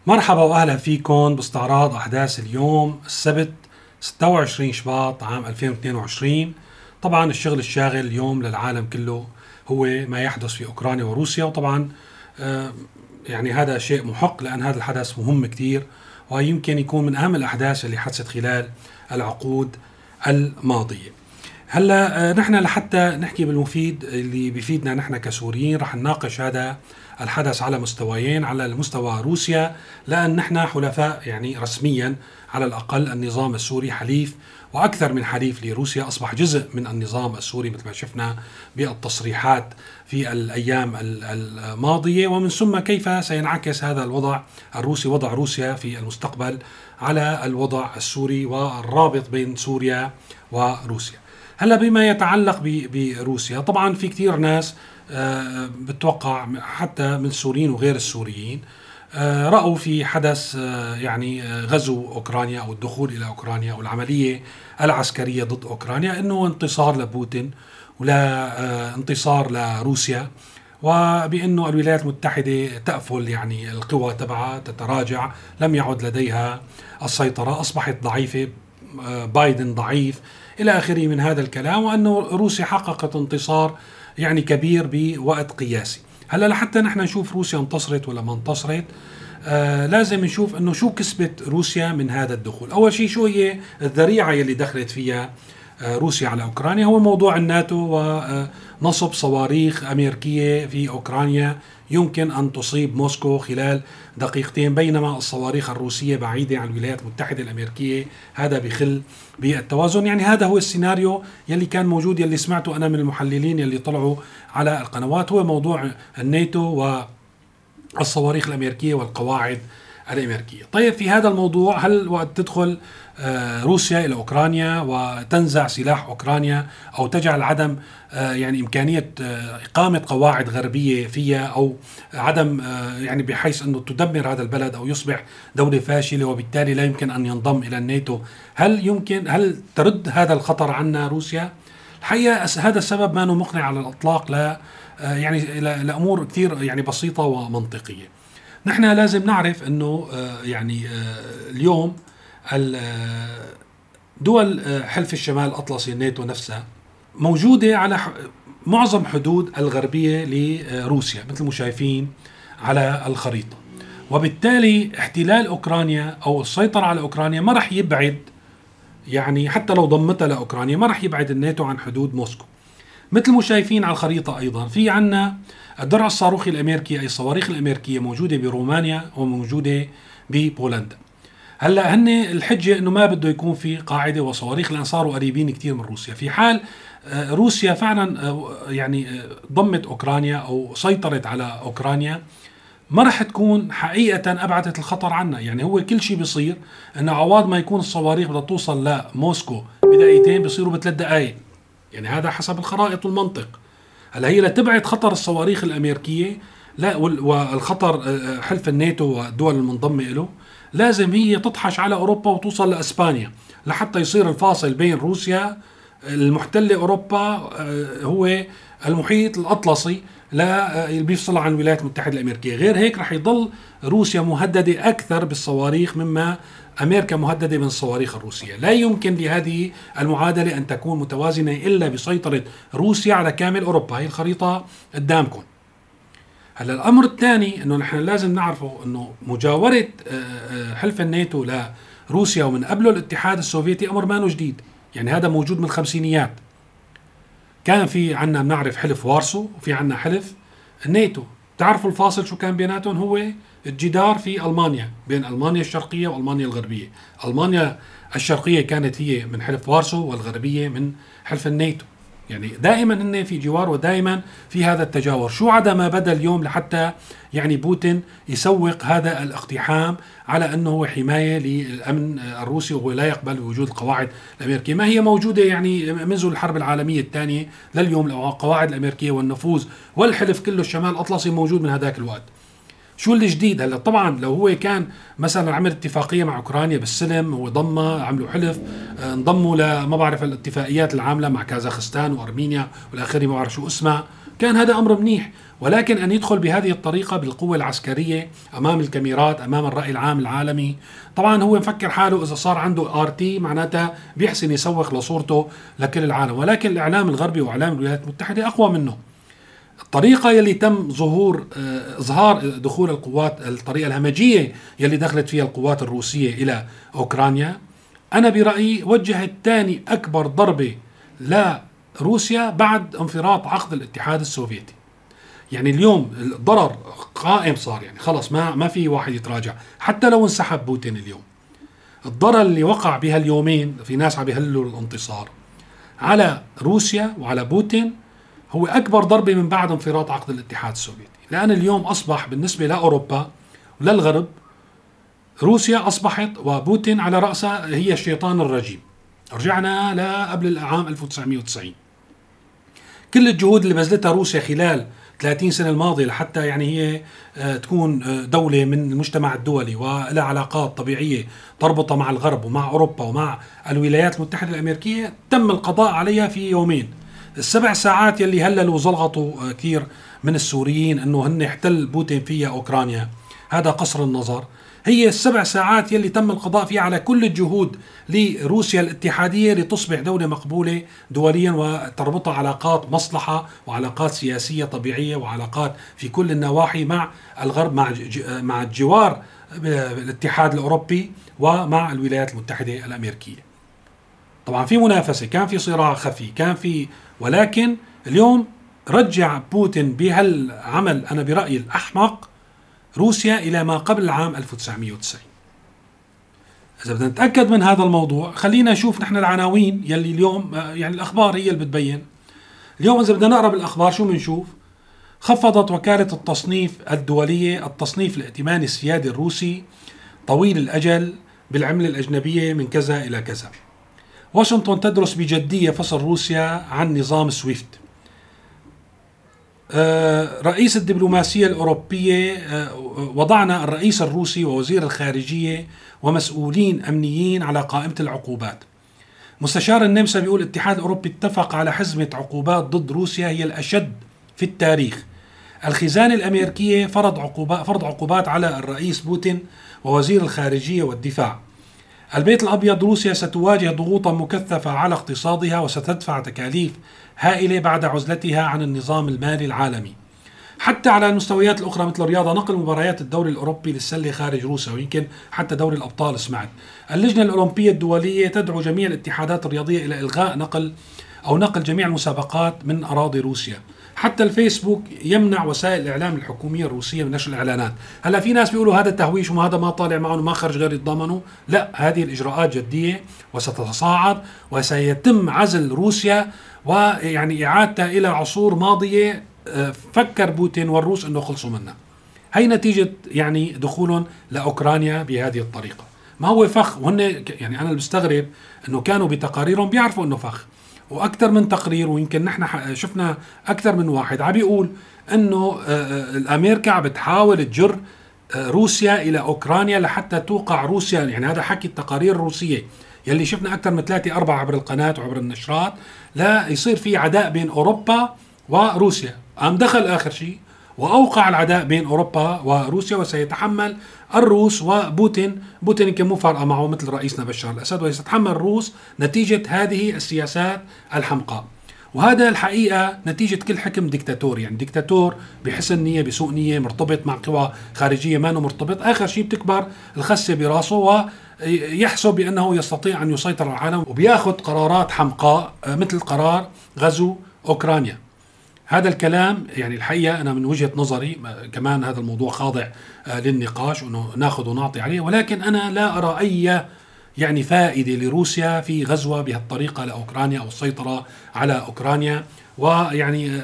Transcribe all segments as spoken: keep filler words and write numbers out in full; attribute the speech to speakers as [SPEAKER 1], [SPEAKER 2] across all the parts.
[SPEAKER 1] مرحبا واهلا فيكم باستعراض احداث اليوم السبت ستة وعشرين شباط عام ألفين واثنين وعشرين. طبعا الشغل الشاغل اليوم للعالم كله هو ما يحدث في اوكرانيا وروسيا، وطبعا آه، يعني هذا شيء محق لان هذا الحدث مهم كتير، ويمكن يكون من اهم الاحداث اللي حدثت خلال العقود الماضيه. هلا آه، نحن لحتى نحكي بالمفيد اللي بيفيدنا نحن كسوريين رح نناقش هذا الحدث على مستويين. على المستوى روسيا، لأن نحن حلفاء يعني رسميا، على الأقل النظام السوري حليف وأكثر من حليف لروسيا، أصبح جزء من النظام السوري مثل ما شفنا بالتصريحات في الأيام الماضية، ومن ثم كيف سينعكس هذا الوضع الروسي، وضع روسيا في المستقبل، على الوضع السوري والرابط بين سوريا وروسيا. هلا بما يتعلق بروسيا، طبعا في كثير ناس آه، بتوقع حتى من السوريين وغير السوريين آه، رأوا في حدث آه، يعني غزو أوكرانيا أو الدخول إلى أوكرانيا أو العملية العسكرية ضد أوكرانيا أنه انتصار لبوتين ولا انتصار لروسيا، وبأنه الولايات المتحدة تأفل يعني القوى تبعها تتراجع، لم يعد لديها السيطرة، أصبحت ضعيفة، بايدن ضعيف إلى آخره من هذا الكلام، وأنه روسيا حققت انتصار يعني كبير بوقت قياسي. هلا لحتى نحن نشوف روسيا انتصرت ولا ما انتصرت، آه لازم نشوف انه شو كسبت روسيا من هذا الدخول. اول شيء شو هي الذريعه يلي دخلت فيها آه روسيا على اوكرانيا؟ هو موضوع الناتو ونصب صواريخ امريكيه في اوكرانيا يمكن ان تصيب موسكو خلال دقيقتين، بينما الصواريخ الروسيه بعيده عن الولايات المتحده الامريكيه. هذا بخل بالتوازن. يعني هذا هو السيناريو يلي كان موجود، يلي سمعته انا من المحللين يلي طلعوا على القنوات، هو موضوع الناتو والصواريخ الامريكيه والقواعد الامريكيه. طيب في هذا الموضوع، هل وقت تدخل روسيا الى اوكرانيا وتنزع سلاح اوكرانيا او تجعل عدم يعني امكانيه اقامه قواعد غربيه فيها، او عدم يعني بحيث انه تدمر هذا البلد او يصبح دوله فاشله وبالتالي لا يمكن ان ينضم الى الناتو، هل يمكن هل ترد هذا الخطر عنا روسيا؟ الحقيقه هذا السبب ما مقنع على الاطلاق، لا يعني لامور كثير يعني بسيطه ومنطقيه. نحن لازم نعرف انه يعني اليوم دول حلف الشمال الأطلسي الناتو نفسها موجودة على معظم حدود الغربية لروسيا مثل ما شايفين على الخريطة، وبالتالي احتلال أوكرانيا أو السيطرة على أوكرانيا ما رح يبعد، يعني حتى لو ضمتها لأوكرانيا ما رح يبعد الناتو عن حدود موسكو. مثل ما شايفين على الخريطة أيضا في عنا الدرع الصاروخي الأمريكي، أي الصواريخ الأمريكية موجودة برومانيا وموجودة ببولندا. هلا هن الحجه انه ما بده يكون في قاعده وصواريخ لان صاروا قريبين كثير من روسيا. في حال روسيا فعلا يعني ضمت اوكرانيا او سيطرت على اوكرانيا، ما رح تكون حقيقه ابعدت الخطر عنا. يعني هو كل شيء بيصير انه عوض ما يكون الصواريخ بدها توصل لموسكو بدقيقتين بيصيروا بثلاث دقائق، يعني هذا حسب الخرائط والمنطق. هلا هي لتبعد خطر الصواريخ الامريكيه لا والخطر حلف الناتو والدول المنضمه له، لازم هي تطحش على أوروبا وتوصل لأسبانيا لحتى يصير الفاصل بين روسيا المحتلة أوروبا هو المحيط الأطلسي لا بيفصل عن الولايات المتحدة الأمريكية. غير هيك رح يضل روسيا مهددة أكثر بالصواريخ مما أمريكا مهددة من الصواريخ الروسية. لا يمكن لهذه المعادلة أن تكون متوازنة إلا بسيطرة روسيا على كامل أوروبا. هي الخريطة قدامكم. هلا الامر الثاني انه نحن لازم نعرفه انه مجاوره حلف الناتو لروسيا ومن قبله الاتحاد السوفيتي امر ما جديد، يعني هذا موجود من الخمسينيات. كان في عنا بنعرف حلف وارسو وفي عنا حلف الناتو. تعرفوا الفاصل شو كان بيناتهم؟ هو الجدار في المانيا، بين المانيا الشرقيه والمانيا الغربيه. المانيا الشرقيه كانت هي من حلف وارسو والغربيه من حلف الناتو. يعني دائما هن في جوار ودائما في هذا التجاور. شو عدا ما بدا اليوم لحتى يعني بوتين يسوق هذا الاقتحام على انه هو حمايه للامن الروسي، وهو لا يقبل وجود القواعد الامريكيه. ما هي موجوده يعني منذ الحرب العالميه الثانيه لليوم، القواعد الامريكيه والنفوذ والحلف كله الشمال الاطلسي موجود من هذاك الوقت. شو اللي جديد هلا؟ طبعا لو هو كان مثلا عمل اتفاقيه مع اوكرانيا بالسلم، هو ضمها، عملوا حلف، انضموا لما بعرف الاتفاقيات العامله مع كازاخستان وارمينيا والاخري ما بعرف شو اسمها، كان هذا أمر منيح. ولكن أن يدخل بهذه الطريقة بالقوة العسكرية أمام الكاميرات أمام الرأي العام العالمي، طبعا هو مفكر حاله إذا صار عنده آر تي معناتها بيحسن يسوق لصورته لكل العالم. ولكن الإعلام الغربي وإعلام الولايات المتحدة أقوى منه. الطريقة يلي تم ظهور إظهار دخول القوات، الطريقة الهمجية يلي دخلت فيها القوات الروسية إلى أوكرانيا، أنا برأيي وجهت ثاني أكبر ضربة لروسيا بعد انفراط عقد الاتحاد السوفيتي. يعني اليوم الضرر قائم صار، يعني خلص ما ما في واحد يتراجع حتى لو انسحب بوتين اليوم. الضرر اللي وقع بها اليومين، في ناس عم يهللوا الانتصار على روسيا وعلى بوتين، هو أكبر ضربة من بعد انفراط عقد الاتحاد السوفيتي. لأن اليوم أصبح بالنسبة لأوروبا وللغرب روسيا أصبحت وبوتين على رأسها هي الشيطان الرجيم. رجعنا لقبل العام ألف وتسعمئة وتسعين. كل الجهود اللي بذلتها روسيا خلال ثلاثين سنة الماضية لحتى يعني هي تكون دولة من المجتمع الدولي ولها علاقات طبيعية تربطها مع الغرب ومع أوروبا ومع الولايات المتحدة الأمريكية، تم القضاء عليها في يومين. السبع ساعات يلي هللوا وزلغطوا كثير من السوريين انه هن احتل بوتين فيها اوكرانيا، هذا قصر النظر. هي السبع ساعات يلي تم القضاء فيها على كل الجهود لروسيا الاتحادية لتصبح دولة مقبولة دوليا وتربطها علاقات مصلحة وعلاقات سياسية طبيعية وعلاقات في كل النواحي مع الغرب، مع مع الجوار الاتحاد الأوروبي ومع الولايات المتحدة الأمريكية. طبعا في منافسة، كان في صراع خفي، كان في، ولكن اليوم رجع بوتين بهالعمل أنا برأيي الأحمق روسيا إلى ما قبل العام ألف وتسعمئة وتسعين. إذا بدنا نتأكد من هذا الموضوع خلينا نشوف نحن العناوين يلي اليوم يعني الأخبار هي اللي بتبين. اليوم إذا بدنا نقرأ بالأخبار شو بنشوف؟ خفضت وكالة التصنيف الدولية التصنيف الائتماني السيادي الروسي طويل الأجل بالعملة الأجنبية من كذا إلى كذا. واشنطن تدرس بجدية فصل روسيا عن نظام سويفت. رئيس الدبلوماسية الأوروبية، وضعنا الرئيس الروسي ووزير الخارجية ومسؤولين أمنيين على قائمة العقوبات. مستشار النمسا بيقول الاتحاد الأوروبي اتفق على حزمة عقوبات ضد روسيا هي الأشد في التاريخ. الخزانة الأمريكية فرض عقوبات فرض عقوبات على الرئيس بوتين ووزير الخارجية والدفاع. البيت الأبيض روسيا ستواجه ضغوطا مكثفة على اقتصادها وستدفع تكاليف هائلة بعد عزلتها عن النظام المالي العالمي. حتى على المستويات الأخرى مثل الرياضة، نقل مباريات الدوري الأوروبي للسلة خارج روسيا، ويمكن حتى دوري الأبطال سمعت. اللجنة الأولمبية الدولية تدعو جميع الاتحادات الرياضية إلى إلغاء نقل أو نقل جميع المسابقات من أراضي روسيا. حتى الفيسبوك يمنع وسائل الإعلام الحكومية الروسية من نشر الإعلانات. هلا في ناس بيقولوا هذا تهويش وهذا ما طالع معهم وما خرج غير يتضامنوا. لا، هذه الإجراءات جدية وستتصاعد وسيتم عزل روسيا ويعني إعادتها إلى عصور ماضية فكر بوتين والروس أنه خلصوا منها. هي نتيجة يعني دخولهم لأوكرانيا بهذه الطريقة. ما هو فخ، وهن يعني أنا المستغرب أنه كانوا بتقاريرهم بيعرفوا أنه فخ، وأكثر من تقرير ويمكن نحن شفنا أكثر من واحد عم بيقول أنه الأمريكا عم بتحاول تجر روسيا إلى أوكرانيا لحتى توقع روسيا. يعني هذا حكي التقارير الروسية يلي شفنا أكثر من ثلاثة أربعة عبر القناة وعبر النشرات، لا يصير في عداء بين أوروبا وروسيا. قام دخل آخر شيء وأوقع العداء بين أوروبا وروسيا، وسيتحمل الروس وبوتين بوتين يمكن مو فارقة معه مثل رئيسنا بشار الأسد، وسيتحمل الروس نتيجة هذه السياسات الحمقاء. وهذا الحقيقة نتيجة كل حكم ديكتاتوري. يعني ديكتاتور بحسن نية بسوء نية مرتبط مع قوى خارجية ما مرتبط، آخر شيء بتكبر الخسة براسه ويحسب بأنه يستطيع أن يسيطر على العالم وبياخذ قرارات حمقاء مثل قرار غزو أوكرانيا. هذا الكلام يعني الحقيقة أنا من وجهة نظري كمان هذا الموضوع خاضع للنقاش وأنه ناخذ ونعطي عليه، ولكن أنا لا أرى أي يعني فائدة لروسيا في غزوة بهالطريقة لأوكرانيا أو السيطرة على أوكرانيا، ويعني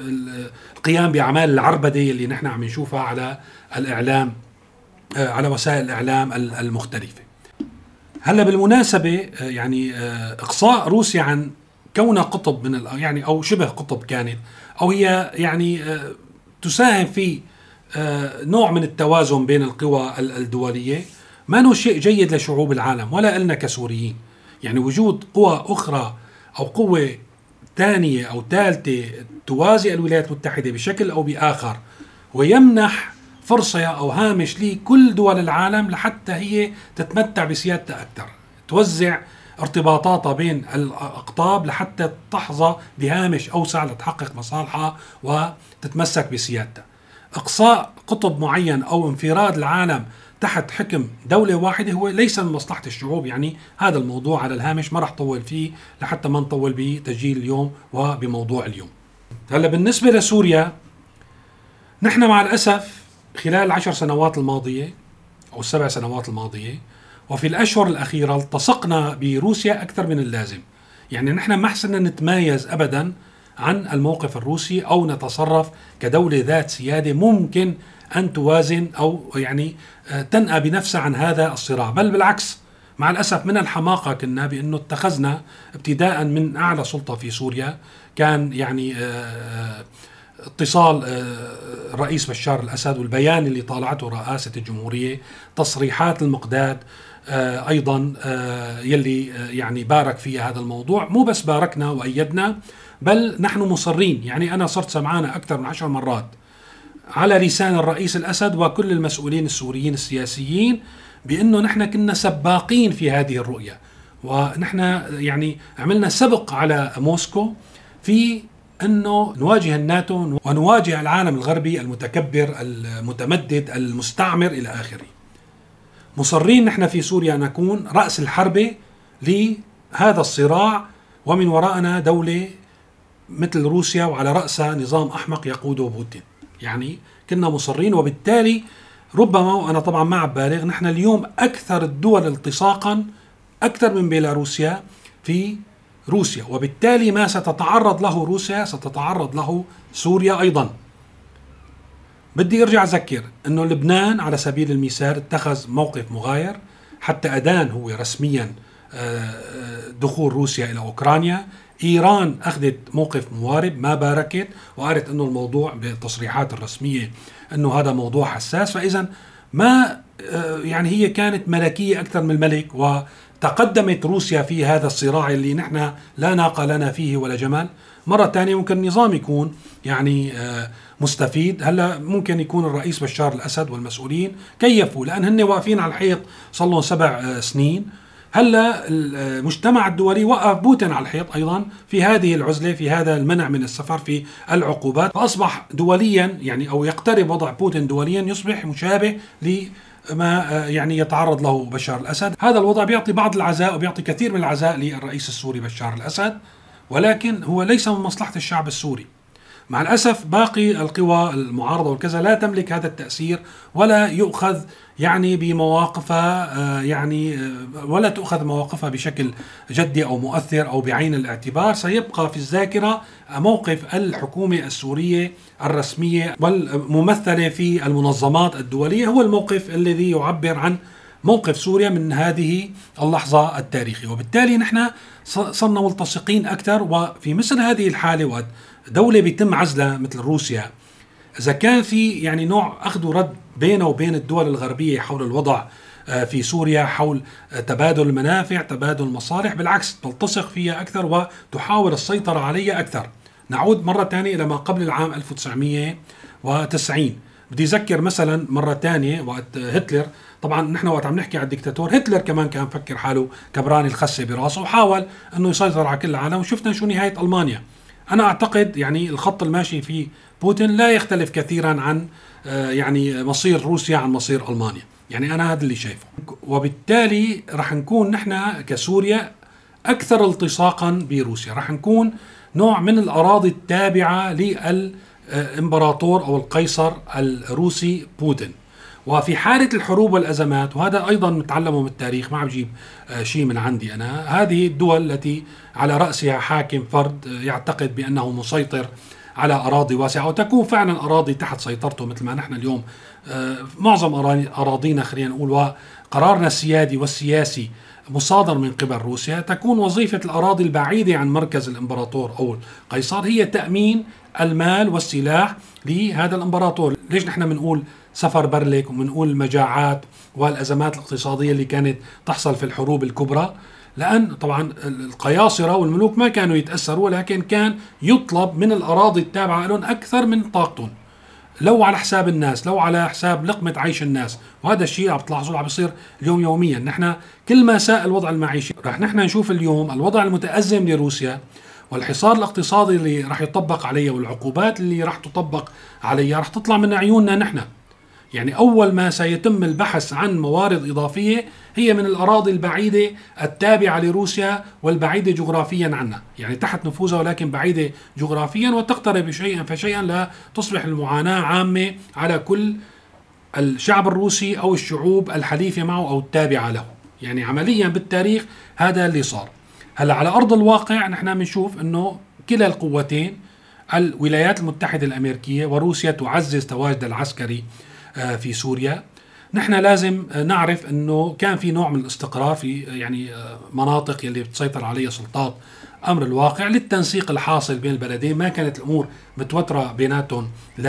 [SPEAKER 1] القيام بأعمال العربدة اللي نحن عم نشوفها على الإعلام على وسائل الإعلام المختلفة. هلا بالمناسبة يعني إقصاء روسيا عن كونها قطب من يعني أو شبه قطب كانت، أو هي يعني تساهم في نوع من التوازن بين القوى الدولية، ما هو شيء جيد لشعوب العالم ولا إلنا كسوريين. يعني وجود قوى أخرى أو قوة ثانية أو ثالثة توازي الولايات المتحدة بشكل أو بآخر، ويمنح فرصة أو هامش لكل دول العالم لحتى هي تتمتع بسيادتها أكثر، توزع ارتباطاتها بين الأقطاب لحتى تحظى بهامش أوسع لتحقق مصالحها وتتمسك بسيادتها. إقصاء قطب معين أو انفراد العالم تحت حكم دولة واحدة هو ليس من مصلحة الشعوب. يعني هذا الموضوع على الهامش، ما رح طول فيه لحتى ما نطول بتسجيل اليوم وبموضوع اليوم. هلا بالنسبة لسوريا، نحن مع الأسف خلال العشر سنوات الماضية أو السبع سنوات الماضية وفي الأشهر الأخيرة التصقنا بروسيا أكثر من اللازم. يعني نحن ما حسنا نتمايز أبدا عن الموقف الروسي أو نتصرف كدولة ذات سيادة ممكن أن توازن أو يعني تنأى بنفسها عن هذا الصراع، بل بالعكس مع الأسف من الحماقة كنا بأنه اتخذنا ابتداء من أعلى سلطة في سوريا، كان يعني اتصال الرئيس بشار الأسد والبيان اللي طالعته رئاسة الجمهورية، تصريحات المقداد أيضا يلي يعني بارك فيها هذا الموضوع. مو بس باركنا وأيدنا، بل نحن مصرين. يعني أنا صرت سمعانا أكثر من عشر مرات على لسان الرئيس الأسد وكل المسؤولين السوريين السياسيين بأنه نحن كنا سباقين في هذه الرؤية، ونحن يعني عملنا سبق على موسكو في أنه نواجه الناتو ونواجه العالم الغربي المتكبر المتمدد المستعمر إلى آخره. مصرين نحن في سوريا نكون رأس الحربة لهذا الصراع، ومن وراءنا دولة مثل روسيا وعلى رأسها نظام أحمق يقوده بوتين. يعني كنا مصرين، وبالتالي ربما، وأنا طبعا ما عم بالغ، نحن اليوم أكثر الدول التصاقا أكثر من بيلاروسيا في روسيا، وبالتالي ما ستتعرض له روسيا ستتعرض له سوريا أيضا. بدي أرجع أذكر أنه لبنان على سبيل المثال اتخذ موقف مغاير، حتى أدان هو رسميا دخول روسيا إلى أوكرانيا. إيران أخذت موقف موارب، ما باركت وقالت أنه الموضوع بالتصريحات الرسمية أنه هذا موضوع حساس. فإذا ما يعني هي كانت ملكية أكثر من الملك، وتقدمت روسيا في هذا الصراع اللي نحن لا ناقة لنا فيه ولا جمال. مرة تانية ممكن النظام يكون يعني مستفيد. هلا ممكن يكون الرئيس بشار الأسد والمسؤولين كيفوا، لأن هن واقفين على الحيط صار لهم سبع سنين. هلا المجتمع الدولي وقف بوتين على الحيط أيضا في هذه العزلة، في هذا المنع من السفر، في العقوبات، فأصبح دوليا يعني أو يقترب وضع بوتين دوليا يصبح مشابه لما يعني يتعرض له بشار الأسد. هذا الوضع بيعطي بعض العزاء وبيعطي كثير من العزاء للرئيس السوري بشار الأسد، ولكن هو ليس من مصلحة الشعب السوري. مع الأسف باقي القوى المعارضة والكذا لا تملك هذا التأثير، ولا يؤخذ يعني بمواقفها يعني ولا تؤخذ مواقفها بشكل جدي أو مؤثر أو بعين الاعتبار. سيبقى في الذاكرة موقف الحكومة السورية الرسمية والممثلة في المنظمات الدولية، هو الموقف الذي يعبر عن موقف سوريا من هذه اللحظة التاريخية. وبالتالي نحن صرنا ملتصقين أكثر. وفي مثل هذه الحالة ودولة بيتم عزلها مثل روسيا، إذا كان في يعني نوع أخذ ورد بينه وبين الدول الغربية حول الوضع في سوريا، حول تبادل المنافع، تبادل المصالح، بالعكس تلتصق فيها أكثر وتحاول السيطرة عليها أكثر. نعود مرة ثانية إلى ما قبل العام ألف وتسعمئة وتسعين. بدي أذكر مثلا مرة ثانية وقت هتلر، طبعا نحن وقت عم نحكي عن الدكتاتور، هتلر كمان كان فكر حاله كبراني الخسة براسه وحاول أنه يسيطر على كل العالم، وشفنا شو نهاية ألمانيا. أنا أعتقد يعني الخط الماشي في بوتين لا يختلف كثيرا عن يعني مصير روسيا عن مصير ألمانيا. يعني أنا هذا اللي شايفه، وبالتالي رح نكون نحن كسوريا أكثر التصاقا بروسيا، رح نكون نوع من الأراضي التابعة للإمبراطور أو القيصر الروسي بوتين. وفي حالة الحروب والأزمات، وهذا أيضا نتعلمه من التاريخ، ما عم بجيب شيء من عندي أنا، هذه الدول التي على رأسها حاكم فرد يعتقد بأنه مسيطر على أراضي واسعة وتكون فعلا أراضي تحت سيطرته، مثل ما نحن اليوم معظم أراضينا خلينا نقول وقرارنا السيادي والسياسي مصادر من قبل روسيا. تكون وظيفة الأراضي البعيدة عن مركز الإمبراطور أو القيصر هي تأمين المال والسلاح لهذا الإمبراطور. ليش نحن بنقول سفر برلك وبنقول المجاعات والأزمات الاقتصادية اللي كانت تحصل في الحروب الكبرى؟ لأن طبعا القياصرة والملوك ما كانوا يتأثروا، ولكن كان يطلب من الأراضي التابعة لهم أكثر من طاقتهم، لو على حساب الناس، لو على حساب لقمة عيش الناس. وهذا الشيء عم تلاحظوا عم بيصير اليوم يوميا. نحن كل ما ساء الوضع المعيشي رح نحن نشوف اليوم الوضع المتأزم لروسيا والحصار الاقتصادي اللي رح يطبق عليها والعقوبات اللي رح تطبق عليها رح تطلع من عيوننا نحن. يعني أول ما سيتم البحث عن موارد إضافية هي من الأراضي البعيدة التابعة لروسيا والبعيدة جغرافيا عنا، يعني تحت نفوذها ولكن بعيدة جغرافيا، وتقترب شيئا فشيئا لا تصبح المعاناة عامة على كل الشعب الروسي أو الشعوب الحليفة معه أو التابعة له. يعني عمليا بالتاريخ هذا اللي صار. هلا على أرض الواقع نحن بنشوف أنه كلا القوتين، الولايات المتحدة الأمريكية وروسيا، تعزز تواجدها العسكري في سوريا. نحن لازم نعرف أنه كان في نوع من الاستقرار في يعني مناطق يلي بتسيطر عليها سلطات أمر الواقع للتنسيق الحاصل بين البلدين. ما كانت الأمور متوترة بيناتهم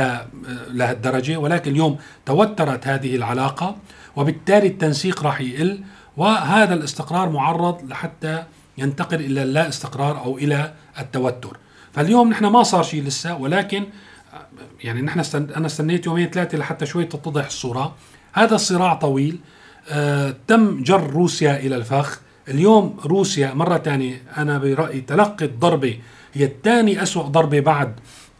[SPEAKER 1] لهالدرجة، ولكن اليوم توترت هذه العلاقة وبالتالي التنسيق راح يقل، وهذا الاستقرار معرض لحتى ينتقل إلى اللا استقرار أو إلى التوتر. فاليوم نحن ما صار شيء لسه، ولكن يعني نحن استن... أنا استنيت يومين ثلاثة لحتى شوي تتضح الصورة. هذا الصراع طويل، آه... تم جر روسيا إلى الفخ. اليوم روسيا مرة تانية أنا برأيي تلقت ضربة هي الثاني أسوأ ضربة بعد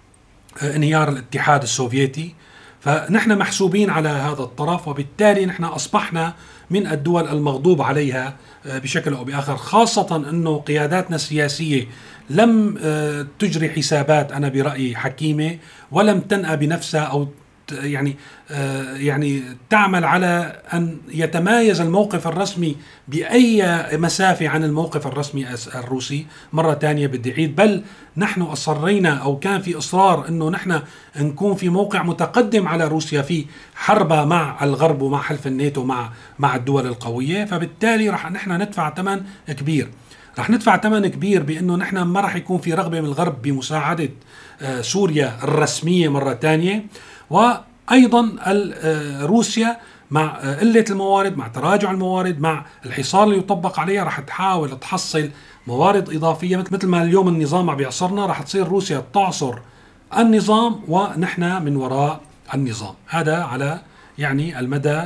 [SPEAKER 1] آه انهيار الاتحاد السوفيتي. فنحن محسوبين على هذا الطرف، وبالتالي نحن أصبحنا من الدول المغضوب عليها آه بشكل أو بآخر، خاصة أنه قياداتنا السياسية لم آه تجري حسابات أنا برأيي حكيمة، ولم تنأى بنفسها أو يعني آه يعني تعمل على أن يتمايز الموقف الرسمي بأي مسافة عن الموقف الرسمي الروسي. مرة تانية بدي أعيد، بل نحن أصرينا أو كان في إصرار أنه نحن نكون في موقع متقدم على روسيا في حربها مع الغرب ومع حلف الناتو مع مع الدول القوية. فبالتالي رح نحن ندفع ثمن كبير، رح ندفع ثمن كبير بأنه نحن ما رح يكون في رغبة من الغرب بمساعدة آه سوريا الرسمية مرة تانية. وأيضا روسيا مع قلة الموارد، مع تراجع الموارد، مع الحصار اللي يطبق عليها، رح تحاول تحصل موارد إضافية. مثل ما اليوم النظام عم بيعصرنا، رح تصير روسيا تعصر النظام ونحن من وراء النظام. هذا على يعني المدى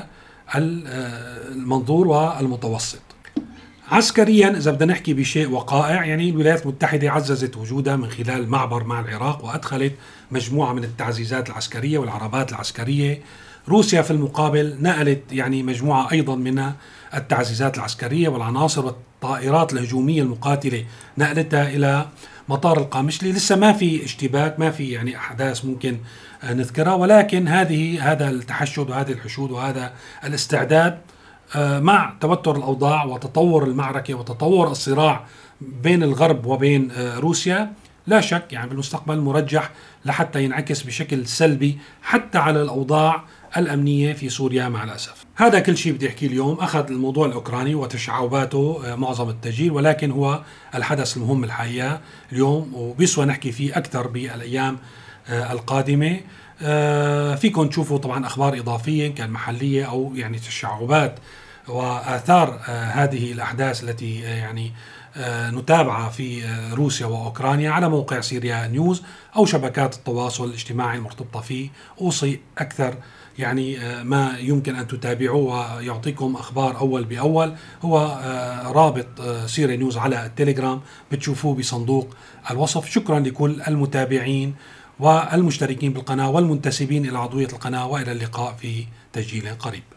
[SPEAKER 1] المنظور والمتوسط. عسكريا إذا بدنا نحكي بشيء وقائع، يعني الولايات المتحدة عززت وجودها من خلال المعبر مع العراق، وأدخلت مجموعة من التعزيزات العسكرية والعربات العسكرية. روسيا في المقابل نقلت يعني مجموعة أيضا من التعزيزات العسكرية والعناصر والطائرات الهجومية المقاتلة، نقلتها إلى مطار القامشلي. لسه ما في اشتباك، ما في يعني أحداث ممكن نذكرها، ولكن هذه هذا التحشد وهذه الحشود وهذا الاستعداد مع توتر الأوضاع وتطور المعركة وتطور الصراع بين الغرب وبين روسيا، لا شك يعني بالمستقبل مرجح لحتى ينعكس بشكل سلبي حتى على الأوضاع الأمنية في سوريا مع الأسف. هذا كل شيء بدي أحكيه اليوم. أخذ الموضوع الأوكراني وتشعباته معظم التسجيل، ولكن هو الحدث المهم الحقيقة اليوم، وبيسوى نحكي فيه أكثر بالأيام القادمة. فيكم تشوفوا طبعا أخبار إضافية كان محلية أو يعني تشعبات وآثار هذه الأحداث التي يعني نتابعها في روسيا وأوكرانيا على موقع سيريا نيوز أو شبكات التواصل الاجتماعي المرتبطة فيه. أوصي أكثر يعني ما يمكن أن تتابعوه ويعطيكم أخبار أول بأول هو رابط سيريا نيوز على التليجرام، بتشوفوه بصندوق الوصف. شكرا لكل المتابعين والمشتركين بالقناة والمنتسبين إلى عضوية القناة، وإلى اللقاء في تسجيل قريب.